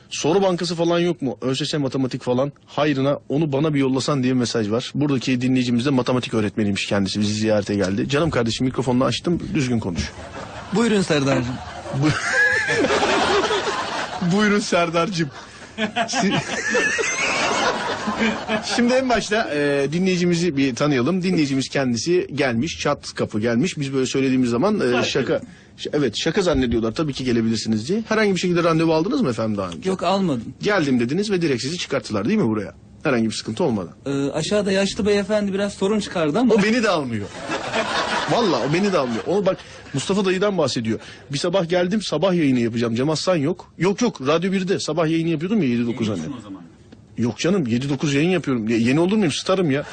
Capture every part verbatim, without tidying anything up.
Soru bankası falan yok mu? ÖSS matematik falan. Hayrına onu bana bir yollasan diye bir mesaj var. Buradaki dinleyicimiz de matematik öğretmeniymiş kendisi. Bizi ziyarete geldi. Canım kardeşim mikrofonunu açtım. Düzgün konuş. Buyurun Serdar'cığım. Bu... Buyurun Serdar'cığım. Şimdi en başta e, dinleyicimizi bir tanıyalım. Dinleyicimiz kendisi gelmiş, çat kapı gelmiş. Biz böyle söylediğimiz zaman e, şaka, evet şaka zannediyorlar. Tabii ki gelebilirsiniz diye. Herhangi bir şekilde randevu aldınız mı efendim daha önce? Yok, almadım. Geldim dediniz ve direkt sizi çıkarttılar değil mi buraya? Herhangi bir sıkıntı olmadan. Ee, aşağıda yaşlı beyefendi biraz sorun çıkardı ama. O beni de almıyor. Vallahi o beni de almıyor. Onu bak Mustafa dayıdan bahsediyor. Bir sabah geldim, sabah yayını yapacağım. Cem Aslan yok. Yok yok Radyo birde sabah yayını yapıyordum ya yedi dokuz anne. Yok canım yedi dokuz yayın yapıyorum. Yeni olur muyum? Starım ya.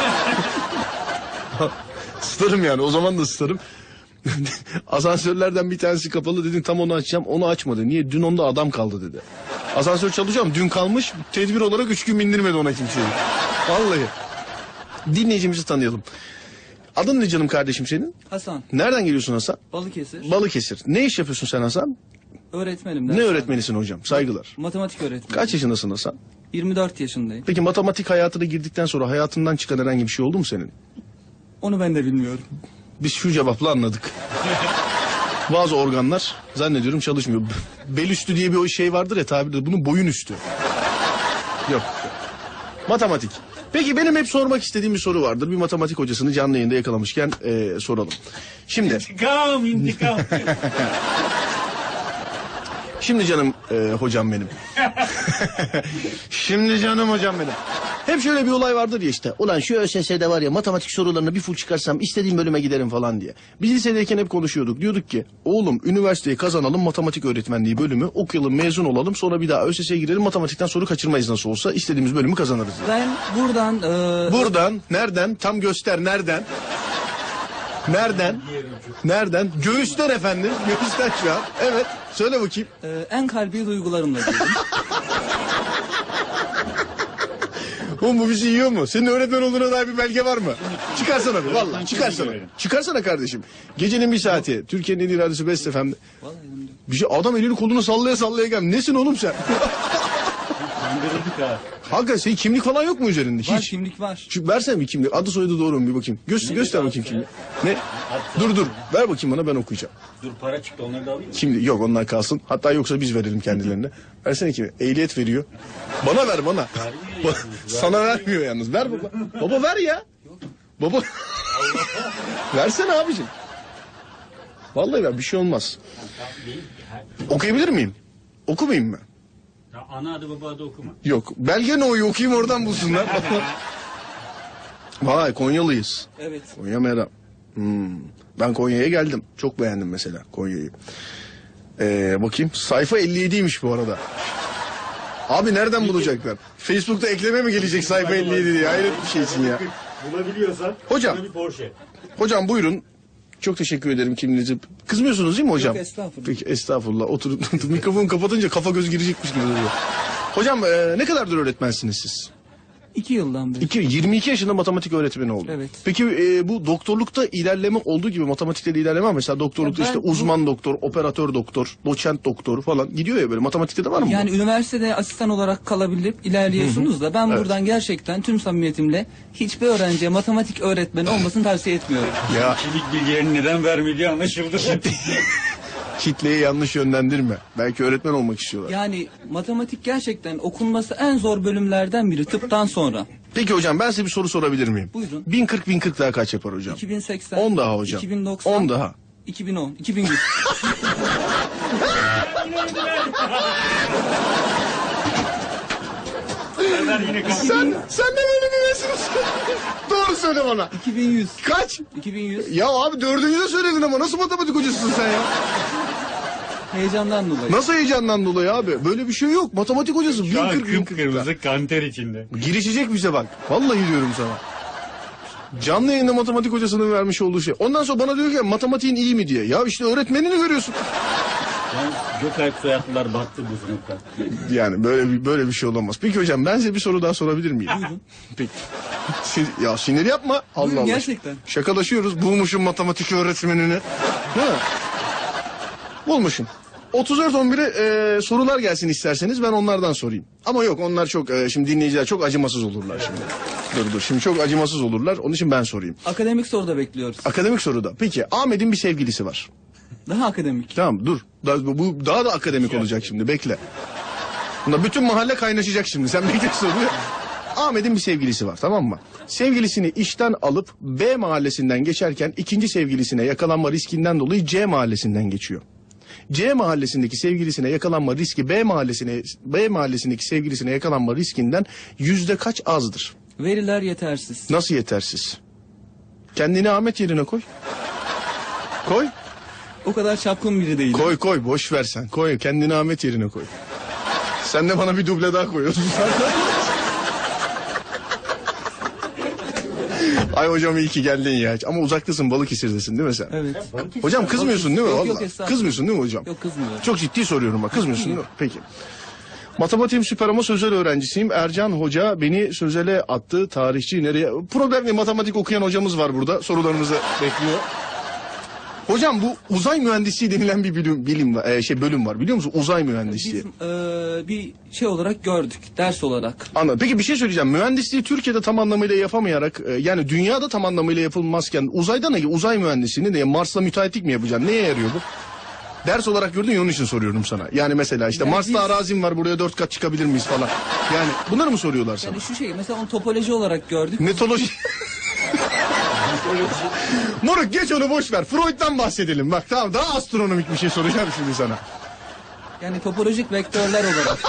Starım yani o zaman da starım. Asansörlerden bir tanesi kapalı dedin, tam onu açacağım, onu açmadı. Niye? Dün onda adam kaldı dedi. Asansör çalışıyorum, dün kalmış, tedbir olarak üç gün bindirmedi ona kimseyi. Vallahi. Dinleyicimizi tanıyalım. Adın ne canım kardeşim senin? Hasan. Nereden geliyorsun Hasan? Balıkesir. Balıkesir. Ne iş yapıyorsun sen Hasan? Öğretmenim. Ne öğretmenisin hocam? Saygılar. Matematik öğretmeni. Kaç yaşındasın Hasan? yirmi dört yaşındayım. Peki matematik hayatına girdikten sonra hayatından çıkan herhangi bir şey oldu mu senin? Onu ben de bilmiyorum. Biz şu cevapla anladık. Bazı organlar zannediyorum çalışmıyor. Bel üstü diye bir şey vardır ya tabirde. Bunun boyun üstü. Yok. Matematik. Peki benim hep sormak istediğim bir soru vardır. Bir matematik hocasını canlı yayında yakalamışken e, soralım. Şimdi. İntikam, intikam. Şimdi canım e, hocam benim. Şimdi canım hocam benim. Hep şöyle bir olay vardır ya işte. Ulan şu ÖSS'de var ya matematik sorularına bir full çıkarsam istediğim bölüme giderim falan diye. Biz lisedeyken hep konuşuyorduk. Diyorduk ki oğlum üniversiteyi kazanalım, matematik öğretmenliği bölümü okuyalım, mezun olalım. Sonra bir daha ÖSS'ye girelim, matematikten soru kaçırmayız nasıl olsa. İstediğimiz bölümü kazanırız diye. Ben buradan... E... Buradan, nereden? Tam göster, nereden? Nereden? Nereden? Göğüsten efendim. Göğüsten şu an. Evet. Söyle bakayım. E, en kalbi duygularımla girdim. Oğlum bu bizi yiyor mu? Senin öğretmen olduğuna dair bir belge var mı? Çıkarsana bir vallahi çıkarsana. Çıkarsana kardeşim. Gecenin bir saati. Türkiye'nin en iyi radyosu Best F M'de. Bir şey adam elini kolunu sallaya sallaya gel. Nesin oğlum sen? Hakikaten senin kimlik falan yok mu üzerinde? Hiç. Var, kimlik var. Şu, versene bir kimlik. Adı soyadı doğru mu bir bakayım. Göster, göster bakayım kimliği. Ne? Dur dur. Ver bakayım bana, ben okuyacağım. Dur, para çıktı, onları da alayım mı? Kimlik yok, onlar kalsın. Hatta yoksa biz verelim kendilerine. Versene kimi? Ehliyet veriyor. Bana ver bana. Ba sana vermiyor yalnız. Ver baba. Baba ver ya. Baba. Versene abicim. Vallahi ver, bir şey olmaz. Okuyabilir miyim? Okumayayım mı? Ya ana adı baba adı okuma. Yok. Belge ne oyu okuyayım, oradan bulsunlar. Vay, Konyalıyız. Evet. Konya Meram. Hmm. Ben Konya'ya geldim. Çok beğendim mesela Konya'yı. Ee, bakayım. Sayfa elli yediymiş bu arada. Abi nereden bulacaklar? Facebook'ta ekleme mi gelecek sayfa elli yedi diye? Hayret bir şeysin ya. Bulabiliyorsan. Hocam. Bir Porsche. Hocam buyurun. Çok teşekkür ederim kimliğinizi. Kızmıyorsunuz değil mi hocam? Yok, estağfurullah. Peki estağfurullah. Oturun. Mikrofonu kapatınca kafa göz girecekmiş gibi duruyor. Hocam e, ne kadardır öğretmensiniz siz? İki yıldan beri. İki, yirmi iki yaşında matematik öğretmeni oldu. Evet. Peki e, bu doktorlukta ilerleme olduğu gibi matematikte de ilerleme var. Mesela doktorlukta Ya ben işte uzman bu... doktor, operatör doktor, doçent doktor falan gidiyor ya böyle. Matematikte de var mı? Yani bu? Üniversitede asistan olarak kalabilip ilerliyorsunuz da ben Evet. buradan gerçekten tüm samimiyetimle hiçbir öğrenciye matematik öğretmeni olmasını tavsiye etmiyorum. Ya Kişilik bilgilerini neden vermediği anlaşıldı. kitleyi yanlış yönlendirme. Belki öğretmen olmak istiyorlar. Yani matematik gerçekten okunması en zor bölümlerden biri tıptan sonra. Peki hocam ben size bir soru sorabilir miyim? Buyurun. bin kırk bin kırk daha kaç yapar hocam? iki bin seksen. on daha hocam. iki bin doksan. on daha. iki bin on. iki bin yüz. Sen, sen de böyle bir mesulsün. Doğru söyle bana. iki bin yüz. Kaç? iki bin yüz. Ya abi dördüncü de söyledin ama nasıl matematik hocasısın sen ya? Heyecandan dolayı. Nasıl heyecandan dolayı abi? Böyle bir şey yok. Matematik hocası bin Şu an kırk bin kırk. kıpkırmızı kanter içinde. Girişecek bize bak. Vallahi diyorum sana. Canlı yayında matematik hocasının vermiş olduğu şey. Ondan sonra bana diyor ki matematiğin iyi mi diye. Ya işte öğretmenini görüyorsun. Yani Gökalp soyadlılar battı bu sınıfta. Yani böyle bir, böyle bir şey olamaz. Peki hocam ben size bir soru daha sorabilir miyim? Buyurun. Peki. Sin- ya sinir yapma. Allah Buyurun, Allah. gerçekten. Şakalaşıyoruz. Bulmuşum matematik öğretmenini. Ha. Bulmuşum. otuz dört on bire e, sorular gelsin isterseniz, ben onlardan sorayım. Ama yok, onlar çok e, şimdi dinleyiciler çok acımasız olurlar şimdi. Dur dur şimdi çok acımasız olurlar, onun için ben sorayım. Akademik soruda bekliyoruz. Akademik soruda. Peki Ahmet'in bir sevgilisi var. Daha akademik. Tamam dur. Daha, bu daha da akademik olacak şimdi, bekle. Bunda bütün mahalle kaynaşacak şimdi, sen bekle soruyu. Ahmet'in bir sevgilisi var, tamam mı? Sevgilisini işten alıp B mahallesinden geçerken ikinci sevgilisine yakalanma riskinden dolayı C mahallesinden geçiyor. C mahallesindeki sevgilisine yakalanma riski B mahallesine B mahallesindeki sevgilisine yakalanma riskinden yüzde kaç azdır? Veriler yetersiz. Nasıl yetersiz? Kendini Ahmet yerine koy. Koy. O kadar çapkın biri değilim. Koy koy, boş ver sen. Koy, kendini Ahmet yerine koy. Sen de bana bir duble daha koyuyorsun. Ay hocam iyi ki geldin ya. Ama uzaktasın, Balıkesir'desin değil mi sen? Evet. Hocam kızmıyorsun değil mi? Yok, Vallahi. yok, estağfurullah. Kızmıyorsun değil mi hocam? Yok, kızmıyorum. Çok ciddi soruyorum bak, kızmıyorsun değil mi? Peki. Matematiğim süper ama sözel öğrencisiyim. Ercan Hoca beni sözele attı. Tarihçi nereye? Problem değil, matematik okuyan hocamız var burada. Sorularınızı bekliyor. Hocam bu uzay mühendisliği denilen bir bilim, bilim var, e, şey bölüm var, biliyor musun? Uzay mühendisliği. Biz e, bir şey olarak gördük, ders olarak. Anladım. Peki bir şey söyleyeceğim. Mühendisliği Türkiye'de tam anlamıyla yapamayarak, e, yani dünyada tam anlamıyla yapılmazken uzayda ne? Uzay mühendisliğini de Mars'la müteahhitlik mi yapacaksın? Neye yarıyor bu? Ders olarak gördün ya, onun için soruyorum sana. Yani mesela işte Yani Mars'ta biz- arazim var, buraya dört kat çıkabilir miyiz falan. Yani bunları mı soruyorlar sana? Yani şu şey, mesela onu topoloji olarak gördük. Netoloji. Moruk geç onu, boş ver. Freud'dan bahsedelim. Bak tamam, daha astronomik bir şey soracağım şimdi sana. Yani topolojik vektörler olarak.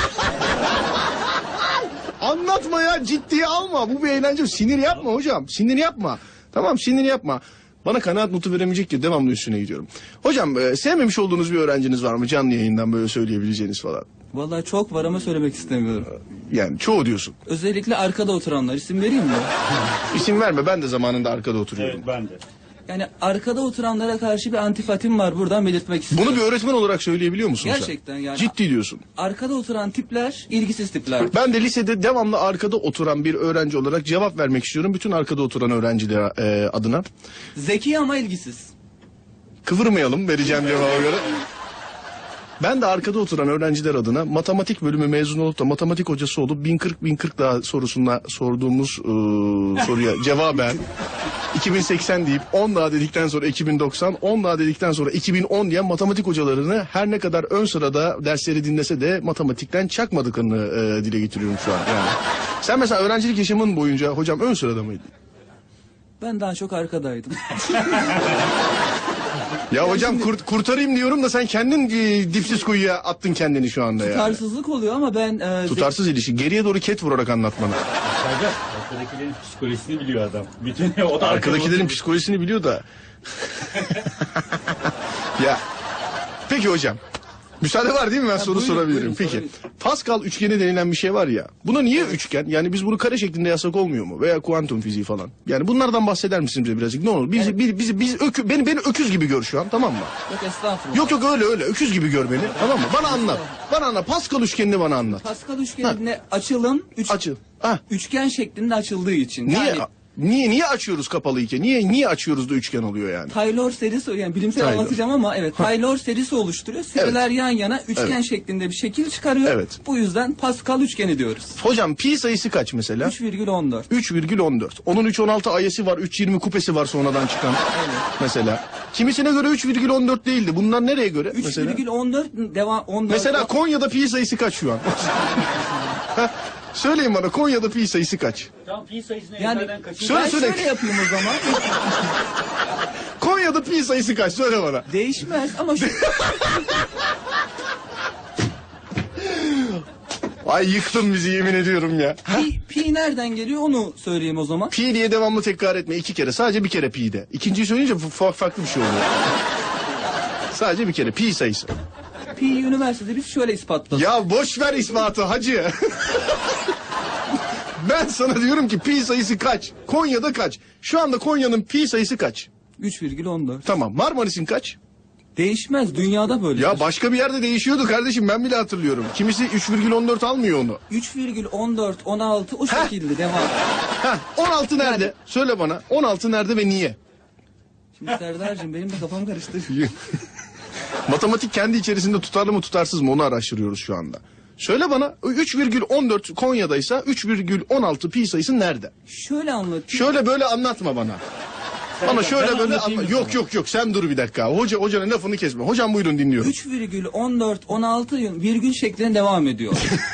Anlatma ya, ciddiye alma. Bu bir eğlence. Sinir yapma hocam. Sinir yapma. Tamam, sinir yapma. Bana kanaat notu veremeyecek ki devamlı üstüne gidiyorum. Hocam e, sevmemiş olduğunuz bir öğrenciniz var mı? Canlı yayından böyle söyleyebileceğiniz falan. Vallahi çok var ama söylemek istemiyorum. Yani çoğu diyorsun. Özellikle arkada oturanlar, isim vereyim mi? İsim verme, ben de zamanında arkada oturuyordum. Evet ben de. Yani arkada oturanlara karşı bir antipatim var, buradan belirtmek istiyorum. Bunu bir öğretmen olarak söyleyebiliyor musun Gerçekten sen? yani. Ciddi diyorsun. Arkada oturan tipler ilgisiz tipler. Ben de lisede devamlı arkada oturan bir öğrenci olarak cevap vermek istiyorum. Bütün arkada oturan öğrenciler e, adına. Zeki ama ilgisiz. Kıvırmayalım vereceğim cevaba göre. Ben de arkada oturan öğrenciler adına matematik bölümü mezun olup da matematik hocası olup bin kırk bin kırk daha sorusuna sorduğumuz e, soruya cevaben iki bin seksen deyip on daha dedikten sonra iki bin doksan, on daha dedikten sonra iki bin on diyen matematik hocalarını her ne kadar ön sırada dersleri dinlese de matematikten çakmadıklarını e, dile getiriyorum şu an. Yani. Sen mesela öğrencilik yaşamın boyunca hocam ön sırada mıydın? Ben daha çok arkadaydım. Ya hocam kurt, kurtarayım diyorum da sen kendin e, dipsiz kuyuya attın kendini şu anda ya. Tutarsızlık oluyor ama ben... E, Tutarsız ilişki. Geriye doğru ket vurarak anlatmana. Serdar, arkadakilerin psikolojisini biliyor adam. Bütün o da Arkadakilerin arkada- psikolojisini biliyor da. Ya. Peki hocam. Müsaade var değil mi, ben soru buyurun, sorabilirim. buyurun, Peki. sorayım. Pascal üçgeni denilen bir şey var ya. Buna niye üçgen? Yani biz bunu kare şeklinde yazsak olmuyor mu? Veya kuantum fiziği falan. Yani bunlardan bahseder misiniz bize birazcık? Ne olur? Biz, Yani- biz, biz, biz ökü, beni, beni öküz gibi gör şu an, tamam mı? Yok estağfurullah. Yok yok öyle öyle. Öküz gibi gör beni. Tamam mı? Bana anlat. Bana anlat. Pascal üçgenini bana anlat. Pascal üçgenine açılım üç, Açıl. Ah. üçgen şeklinde açıldığı için. Niye? Yani Niye niye açıyoruz kapalıyken? Niye niye açıyoruz da üçgen oluyor yani? Taylor serisi, yani bilimsel Taylor. anlatacağım ama evet, Taylor serisi oluşturuyor. Seriler yan yana üçgen Evet. şeklinde bir şekil çıkarıyor. Evet. Bu yüzden Pascal üçgeni diyoruz. Hocam pi sayısı kaç mesela? üç virgül on dört. üç virgül on dört. Onun üç virgül on altı ayesi var, üç virgül yirmi kupesi var sonradan çıkan. Mesela. Kimisine göre üç virgül on dört değildi. Bunlar nereye göre? üç mesela. virgül on dört devam on dört. Mesela Konya'da pi sayısı kaç şu an? Söyleyin bana, Konya'da pi sayısı kaç? Tam pi sayısını yani ezberden kaçırdı. Söyle, ben söyle. şöyle yapayım o zaman. Konya'da pi sayısı kaç? Söyle bana. Değişmez ama şu, Ay yıktın bizi, yemin ediyorum ya. pi, pi nereden geliyor onu söyleyeyim o zaman. Pi diye devamlı tekrar etme iki kere. Sadece bir kere pi de. İkinciyi söyleyince fa- farklı bir şey oluyor. Sadece bir kere pi sayısı. Pi üniversitede biz şöyle ispatladık. Ya boş ver ispatı hacı. Ben sana diyorum ki pi sayısı kaç? Konya'da kaç? Şu anda Konya'nın pi sayısı kaç? üç virgül on dört. Tamam, Marmaris'in kaç? Değişmez, dünyada böyle. Ya başka bir yerde değişiyordu kardeşim, ben bile hatırlıyorum. Kimisi üç virgül on dört almıyor onu. üç virgül on dört, on altı o şekilde devam. Heh, on altı nerede? Söyle bana, on altı nerede ve niye? Şimdi Serdar'cığım benim de kafam karıştı. Matematik kendi içerisinde tutarlı mı tutarsız mı onu araştırıyoruz şu anda. Söyle bana üç virgül on dört Konya'daysa üç virgül on altı pi sayısı nerede? Şöyle anlatayım. Şöyle böyle anlatma bana. Bana şöyle ben böyle anlatayım anla. mı Yok sana? yok yok sen dur bir dakika. Hoca hocanın lafını kesme. Hocam buyurun dinliyorum. üç virgül on dört on altı virgül şeklinde devam ediyor.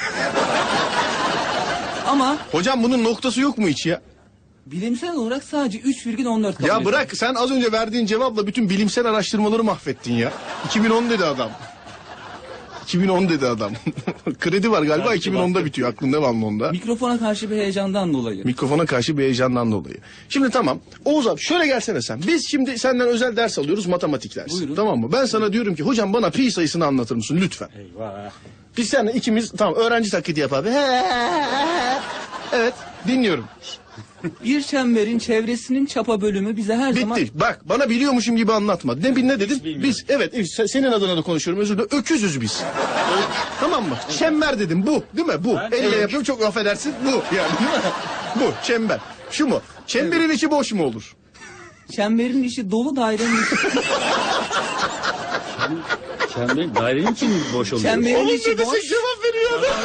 Ama Hocam bunun noktası yok mu hiç ya? bilimsel olarak sadece üç virgül on dört kabul Ya ediyor. bırak sen az önce verdiğin cevapla bütün bilimsel araştırmaları mahvettin ya. iki bin on dedi adam. iki bin on dedi adam. Kredi var galiba Belki iki bin onda baktı. bitiyor. Aklında devamlı onda. Mikrofona karşı bir heyecandan dolayı. Mikrofona karşı bir heyecandan dolayı. Şimdi tamam. Oğuz abi şöyle gelsene sen. Biz şimdi senden özel ders alıyoruz, matematik dersi. Buyurun. Tamam mı? Ben sana diyorum ki hocam bana pi sayısını anlatır mısın lütfen? Eyvah. Biz seninle ikimiz tamam öğrenci taklidi yap abi. Evet dinliyorum. Bir çemberin çevresinin çapa bölümü bize her zaman... Bitti. Bak bana biliyormuşum gibi anlatma. Ne, ne dedin? bilmiyorum. Biz evet se- senin adına da konuşuyorum özür dilerim. Öküzüz biz. Tamam mı? Çember dedim bu değil mi? Bu. Ben Elle evet. yapıyorum çok affedersin. Bu yani değil mi? Bu çember. Şu mu? Çemberin içi boş mu olur? Çemberin içi dolu, dairenin içi... Çember dairenin için mi boş oluyor? Çemberin Oğlum içi ne desek boş. cevap veriyor adam.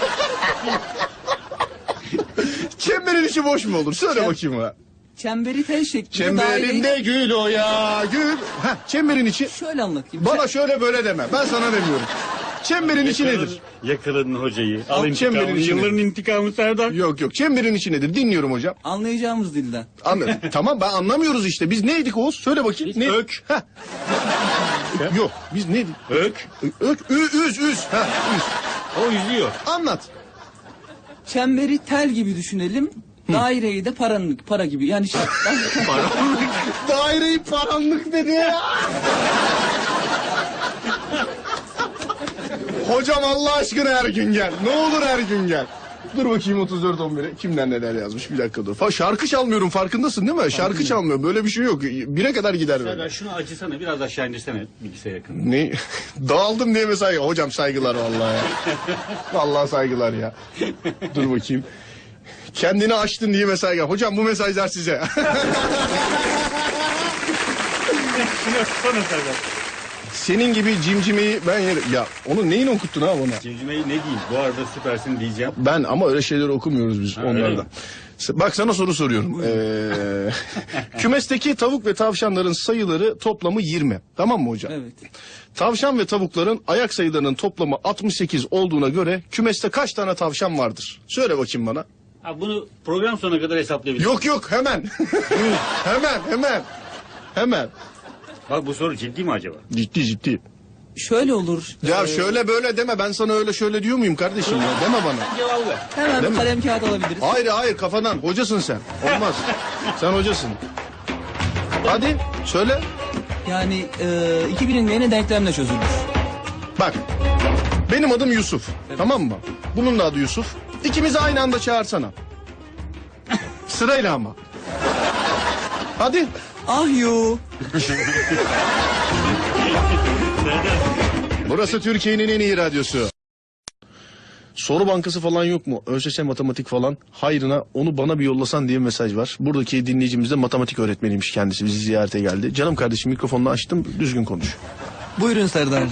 Çemberin içi boş mu olur? Söyle Çem- bakayım ha. Çemberi tel şeklinde Çemberinde daireyi... gül o ya gül. Heh, çemberin içi. Şöyle anlatayım. Bana şöyle böyle deme. Ben sana demiyorum. Çemberin içi Yakaladın- nedir? Yakaladın hocayı. Al Al çemberin intikamını. içine. Yılların intikamı Serdar. Yok yok. Çemberin içi nedir? Dinliyorum hocam. Anlayacağımız dilden. Anladım. Tamam ben anlamıyoruz işte. Biz neydik Oğuz? Söyle bakayım. Biz ne? ök. Heh. Yok. Biz neydik? Ök. Ök. Ü, üz. Üz. Heh, üz. O yüzüyor. Anlat. Çemberi tel gibi düşünelim. Daireyi de paranlık, para gibi. Yani şey, Daireyi paranlık dedi ya. Hocam Allah aşkına her gün gel. Ne olur her gün gel. Dur bakayım otuz dört on bire. Kimden neler yazmış bir dakika dur. Fa şarkı çalmıyorum farkındasın değil mi? Şarkı çalmıyorum. Böyle bir şey yok. Bire kadar gider böyle. Serdar şunu acısana biraz aşağı indirsene bilgisayara yakın. Ne? Dağıldım diye mi saygı? Hocam saygılar vallahi ya. Vallahi saygılar ya. Dur bakayım. Kendini açtın diye mesaj gel. Hocam bu mesajlar size. Şunu öpsene Serdar. Senin gibi cimcimeyi ben yerim. Ya onu neyin okuttun ha bana? Cimcimeyi ne diyeyim? Bu arada süpersin diyeceğim. Ben ama öyle şeyleri okumuyoruz biz öyle onlardan. mi? Bak sana soru soruyorum. Ee, kümesteki tavuk ve tavşanların sayıları toplamı yirmi. Tamam mı hocam? evet. Tavşan ve tavukların ayak sayılarının toplamı altmış sekiz olduğuna göre kümeste kaç tane tavşan vardır? Söyle bakayım bana. Ha, bunu program sonuna kadar hesaplayabiliriz. Yok yok hemen. hemen hemen. Hemen. Bak bu soru ciddi mi acaba? Ciddi ciddi. Şöyle olur. Ya Ee, şöyle böyle deme ben sana öyle şöyle diyor muyum kardeşim ya deme bana. Cevabı ver. Hemen Değil bir mi? kalem kağıt alabiliriz. Hayır hayır kafadan hocasın sen. Olmaz. Sen hocasın. Hadi söyle. Yani e, iki bilinmeyene denklemle çözülür. Bak benim adım Yusuf. Tamam mı? Bunun da adı Yusuf. İkimizi aynı anda çağırsana. Sırayla ama. Hadi. Ah yu. Burası Türkiye'nin en iyi radyosu. Soru bankası falan yok mu? ÖSS matematik falan. Hayrına onu bana bir yollasan diye mesaj var. Buradaki dinleyicimiz de matematik öğretmeniymiş kendisi. Bizi ziyarete geldi. Canım kardeşim mikrofonunu açtım. Düzgün konuş. Buyurun Serdar'cığım.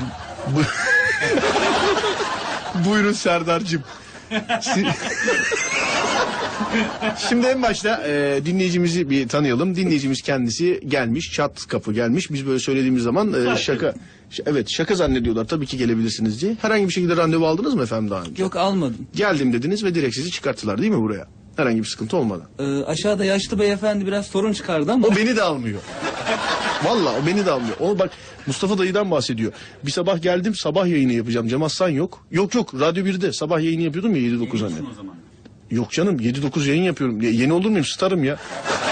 Buyurun Serdar'cığım. Si- Şimdi en başta e, dinleyicimizi bir tanıyalım. Dinleyicimiz kendisi gelmiş, çat kapı gelmiş. Biz böyle söylediğimiz zaman e, şaka, ş- evet şaka zannediyorlar. Tabii ki gelebilirsiniz diye. Herhangi bir şekilde randevu aldınız mı efendim daha önce? Yok almadım. Geldim dediniz ve direkt sizi çıkarttılar değil mi buraya? Herhangi bir sıkıntı olmadan. Ee, aşağıda yaşlı beyefendi biraz sorun çıkardı ama. O beni de almıyor. Vallahi o beni de almıyor. O bak Mustafa dayıdan bahsediyor. Bir sabah geldim sabah yayını yapacağım. Cem Aslan yok. Yok yok Radyo birde sabah yayını yapıyordum ya yedi dokuz anne. O zaman. Yok canım yedi dokuz yayın yapıyorum. Ya, yeni olur muyum? Starım ya.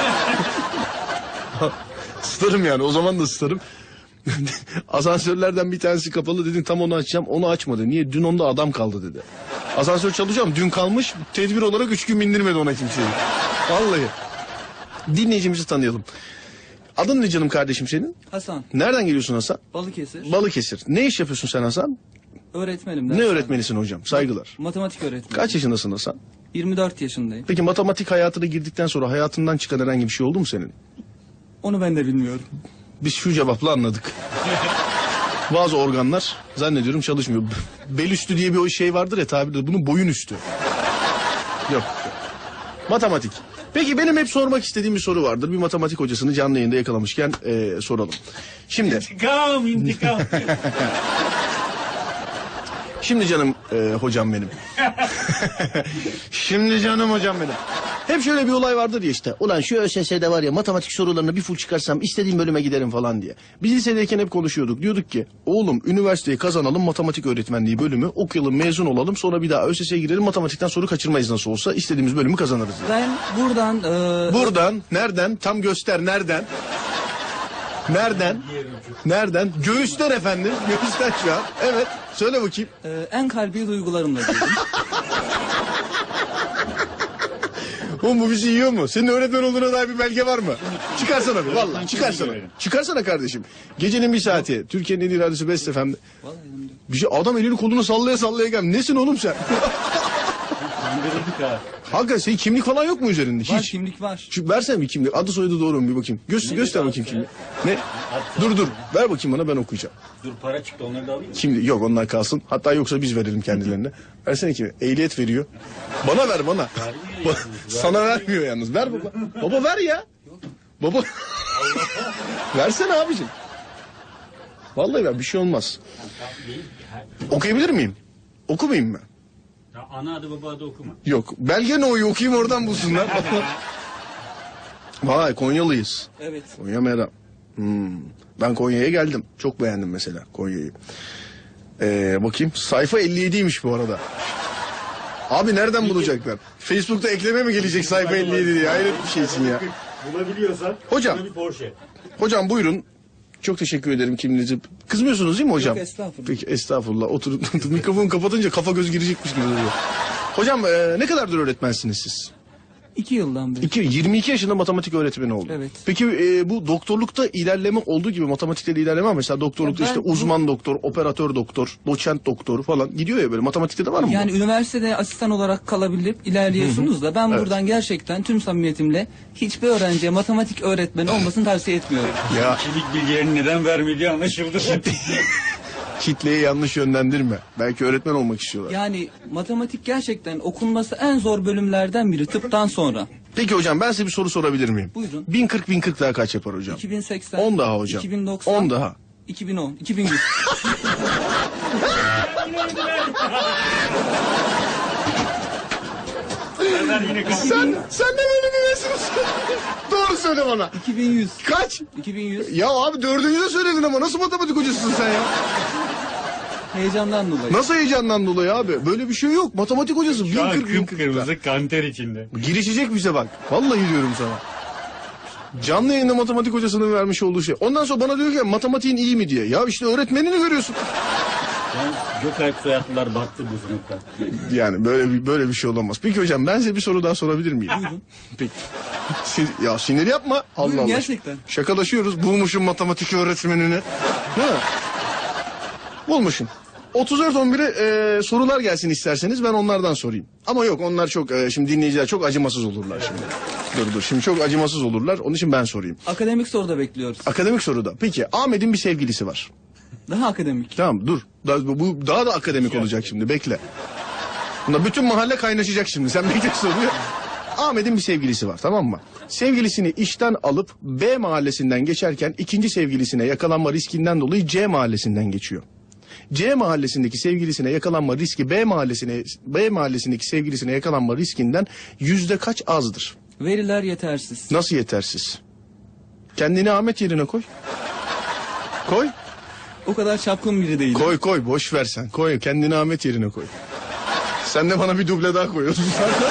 Starım yani o zaman da starım. Asansörlerden bir tanesi kapalı dedin tam onu açacağım onu açmadı. Niye? Dün onda adam kaldı dedi. Asansör çalışıyorum dün kalmış tedbir olarak üç gün bindirmedi ona kimseyi. Vallahi. Dinleyicimizi tanıyalım. Adın ne canım kardeşim senin? Hasan, Nereden geliyorsun Hasan? Balıkesir. Balıkesir. Ne iş yapıyorsun sen Hasan? Öğretmenim. Ne ders öğretmenisin hocam? Saygılar. verdim. Matematik öğretmeni. Kaç yaşındasın Hasan? yirmi dört yaşındayım. Peki matematik hayatına girdikten sonra hayatından çıkan herhangi bir şey oldu mu senin? Onu ben de bilmiyorum. Biz şu cevapla anladık. Bazı organlar zannediyorum çalışmıyor. Bel üstü diye bir o şey vardır ya tabirde. Bunun boyun üstü. Yok. Matematik. Peki benim hep sormak istediğim bir soru vardır. Bir matematik hocasını canlı yayında yakalamışken e, soralım. Şimdi. İntikam, intikam. Şimdi canım e, hocam benim. Şimdi canım hocam benim. Hep şöyle bir olay vardır ya işte. Ulan şu ÖSS'de var ya matematik sorularını bir full çıkarsam istediğim bölüme giderim falan diye. Biz lisedeyken hep konuşuyorduk. Diyorduk ki oğlum üniversiteyi kazanalım matematik öğretmenliği bölümü okuyalım mezun olalım. Sonra bir daha ÖSS'ye girelim matematikten soru kaçırmayız nasıl olsa istediğimiz bölümü kazanırız. Ben buradan... e, Buradan nereden tam göster nereden? Nereden? Nereden? Göğüsten efendim. Göğüsten şu an. Evet. Söyle bakayım. e, en kalbi duygularımla diyelim. Oğlum bu bizi yiyor mu? Senin öğretmen olduğuna dair bir belge var mı? Çıkarsana bir valla. Çıkarsana. Çıkarsana kardeşim. Gecenin bir saati. Türkiye'nin en iyi radyosu Best Efendi. Bir şey adam elini kolunu sallaya sallaya gel. Nesin oğlum sen? Kandırıldık ha. Hakikaten senin kimlik falan yok mu üzerinde? Var, Hiç. kimlik var. Şu, versene bir kimlik. Adı soyadı doğru mu bir bakayım. Göster, göster bakayım kimliği. Ne? Dur dur. Ver bakayım bana ben okuyacağım. Dur para çıktı onları da alayım mı? Kimlik yok onlar kalsın. Hatta yoksa biz verelim kendilerine. Versene kimi? Ehliyet veriyor. Bana ver bana. Ba- Sana vermiyor yalnız. Ver baba. Baba ver ya. Baba. Versene abicim. Vallahi ver bir şey olmaz. Okuyabilir miyim? Okumayayım mı? Ya ana adı baba adı okuma. Yok. Belge ne oyu okuyayım oradan bulsunlar. Vay Konyalıyız. Evet. Konya Meram. Hmm. Ben Konya'ya geldim. Çok beğendim mesela Konya'yı. Ee, bakayım. Sayfa elli yediymiş bu arada. Abi nereden bulacaklar? Facebook'ta ekleme mi gelecek sayfa elli yedi diye? Hayret bir şeysin ya. Bulabiliyorsan. Hocam. Bir Porsche. Hocam buyurun. Çok teşekkür ederim kimliğinizi. Kızmıyorsunuz değil mi hocam? Yok, estağfurullah. Peki estağfurullah. Oturun. Mikrofonu kapatınca kafa göz girecekmiş gibi duruyor. Hocam e, ne kadardır öğretmensiniz siz? İki yıldan beri. İki, yirmi iki yaşında matematik öğretmeni oldu. Evet. Peki e, bu doktorlukta ilerleme olduğu gibi matematikte de ilerleme var. Mesela doktorlukta Ya ben işte bu- uzman doktor, operatör doktor, doçent doktor falan gidiyor ya böyle. Matematikte de var mı? bu? Yani üniversitede asistan olarak kalabilip ilerliyorsunuz da ben Evet. buradan gerçekten tüm samimiyetimle hiçbir öğrenciye matematik öğretmeni olmasını tavsiye etmiyorum. Ya Kişilik bilgilerini neden vermediği anlaşıldı. kitleyi yanlış yönlendirme. Belki öğretmen olmak istiyorlar. Yani matematik gerçekten okunması en zor bölümlerden biri tıptan sonra. Peki hocam ben size bir soru sorabilir miyim? Buyurun. bin kırk bin kırk daha kaç yapar hocam? iki bin seksen. on daha hocam. iki bin doksan. on daha. iki bin on. iki bin yüz. Nereden yine kaldı? Sen, sen de böyle bir mesulsün. Doğru söyle bana. iki bin yüz. Kaç? iki bin yüz. Ya abi dördüncü de söyledin ama nasıl matematik hocasısın sen ya? Heyecandan dolayı. Nasıl heyecandan dolayı abi? Böyle bir şey yok. Matematik hocası bin Şu an kırk bin kırk. kıpkırmızı kanter içinde. Girişecek bize bak. Vallahi diyorum sana. Canlı yayında matematik hocasının vermiş olduğu şey. Ondan sonra bana diyor ki matematiğin iyi mi diye. Ya işte öğretmenini görüyorsun. Yani Gökalp soyadlılar battı bu sınıfta. Yani böyle bir böyle bir şey olamaz. Peki hocam ben size bir soru daha sorabilir miyim? Buyurun. Peki. Sin- ya sinir yapma. Allah Buyurun, Allah. gerçekten. Şakalaşıyoruz. Bulmuşum matematik öğretmenini. Değil mi? Bulmuşum. otuz dört on bire e, sorular gelsin isterseniz ben onlardan sorayım. Ama yok onlar çok e, şimdi dinleyiciler çok acımasız olurlar şimdi. Dur dur şimdi çok acımasız olurlar. Onun için ben sorayım. Akademik soruda bekliyoruz. Akademik soruda. Peki Ahmet'in bir sevgilisi var. Daha akademik. Tamam dur. Daha, bu daha da akademik olacak şimdi bekle. Bunda bütün mahalle kaynaşacak şimdi. Sen bekle soruyu. Ahmet'in bir sevgilisi var tamam mı? Sevgilisini işten alıp B mahallesinden geçerken ikinci sevgilisine yakalanma riskinden dolayı C mahallesinden geçiyor. C mahallesindeki sevgilisine yakalanma riski B mahallesine B mahallesindeki sevgilisine yakalanma riskinden yüzde kaç azdır? Veriler yetersiz. Nasıl yetersiz? Kendini Ahmet yerine koy. Koy. O kadar çapkın biri değil. Koy koy boş ver sen. Koy kendini Ahmet yerine koy. Sen de bana bir duble daha koyuyorsun.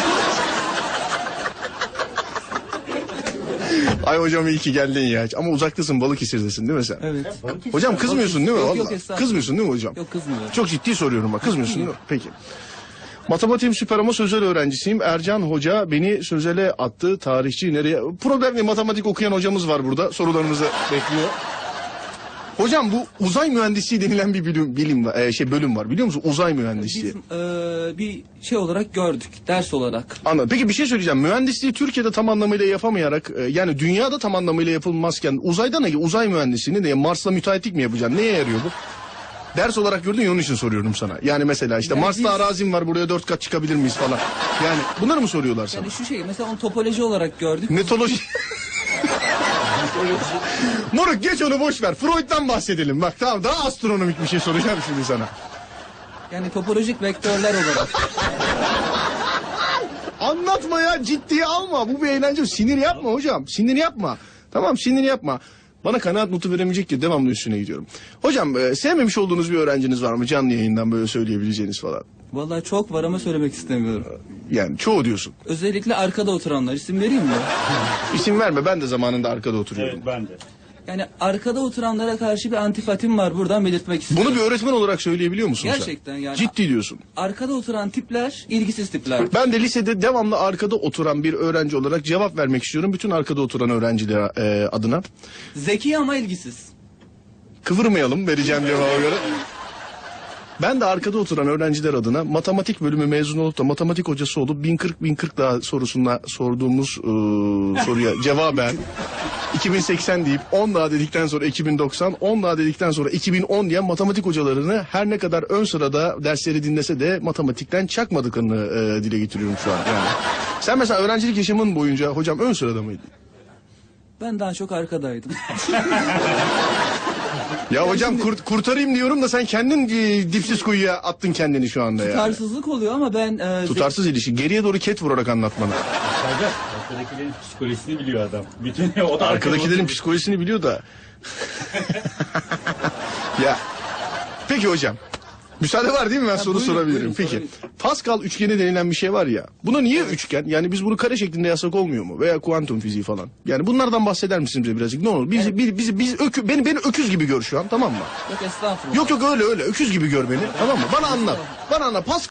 Ay hocam iyi ki geldin ya. Ama uzaktasın Balıkesir'desin değil mi sen? Evet. Hocam kızmıyorsun değil mi? Yok, yok, Vallahi. estağfurullah. Kızmıyorsun değil mi hocam? Yok kızmıyorum. Çok ciddi soruyorum bak kızmıyorsun değil mi? Peki. Matematiğim süper ama sözel öğrencisiyim. Ercan Hoca beni sözele attı. Tarihçi nereye? Problemli matematik okuyan hocamız var burada. Sorularınızı bekliyor. Hocam bu uzay mühendisliği denilen bir bilim, bilim var, e, şey bölüm var biliyor musun? Uzay mühendisliği. Biz eee, bir şey olarak gördük. Ders olarak. Anladım. Peki bir şey söyleyeceğim. Mühendisliği Türkiye'de tam anlamıyla yapamayarak e, yani dünyada tam anlamıyla yapılmazken uzayda ne? Uzay mühendisliğini ne? Mars'la müteahhitlik mi yapacaksın? Neye yarıyor bu? Ders olarak gördün ya, onun için soruyorum sana. Yani mesela işte Yani Mars'ta biz- arazim var, buraya dört kat çıkabilir miyiz falan. Yani bunları mı soruyorlar sana? Yani şu şey mesela onu topoloji olarak gördük. Netoloji. Moruk geç onu, boş ver. Freud'dan bahsedelim. Bak tamam, daha astronomik bir şey soracağım şimdi sana. Yani topolojik vektörler olarak. Anlatma ya, ciddiye alma. Bu bir eğlence. Sinir yapma hocam. Sinir yapma. Tamam, sinir yapma. Bana kanaat notu veremeyecek ki devamlı üstüne gidiyorum. Hocam e, sevmemiş olduğunuz bir öğrenciniz var mı? Canlı yayından böyle söyleyebileceğiniz falan. Vallahi çok var ama söylemek istemiyorum. Yani çoğu diyorsun. Özellikle arkada oturanlar, isim vereyim mi? İsim verme, ben de zamanında arkada oturuyordum. Evet ben de. Yani arkada oturanlara karşı bir antipatim var, buradan belirtmek istiyorum. Bunu bir öğretmen olarak söyleyebiliyor musun sen? Gerçekten yani. Ciddi diyorsun. Arkada oturan tipler ilgisiz tipler. Ben de lisede devamlı arkada oturan bir öğrenci olarak cevap vermek istiyorum. Bütün arkada oturan öğrenciler e, adına. Zeki ama ilgisiz. Kıvırmayalım vereceğim cevaba göre. Ben de arkada oturan öğrenciler adına matematik bölümü mezun olup da matematik hocası olup bin kırk bin kırk daha sorusuna sorduğumuz e, soruya cevaben iki bin seksen deyip on daha dedikten sonra iki bin doksan, on daha dedikten sonra iki bin on diyen matematik hocalarını her ne kadar ön sırada dersleri dinlese de matematikten çakmadıklarını e, dile getiriyorum şu an. Yani. Sen mesela öğrencilik yaşamın boyunca hocam ön sırada mıydın? Ben daha çok arkadaydım. Ya hocam kurt, kurtarayım diyorum da sen kendin e, dipsiz kuyuya attın kendini şu anda ya. Tutarsızlık oluyor ama ben... E, Tutarsız ilişki. Geriye doğru ket vurarak anlatmana. Sadece arkadakilerin psikolojisini biliyor adam. Bütün o da Arkadakilerin psikolojisini biliyor da. Ya. Peki hocam. Müsaade var değil mi, ben soru buyurun, sorabilirim. buyurun, Peki. sorabilir. Pascal üçgeni denilen bir şey var ya. Buna niye üçgen? Yani biz bunu kare şeklinde yazsak olmuyor mu? Veya kuantum fiziği falan. Yani bunlardan bahseder misiniz bize birazcık? Ne olur? Biz, biz, biz, biz ökü, beni, beni öküz gibi gör şu an, tamam mı? Yok estağfurullah. Yok yok öyle öyle. Öküz gibi gör beni. Tamam mı? Bana anlat. Bana anlat. Pascal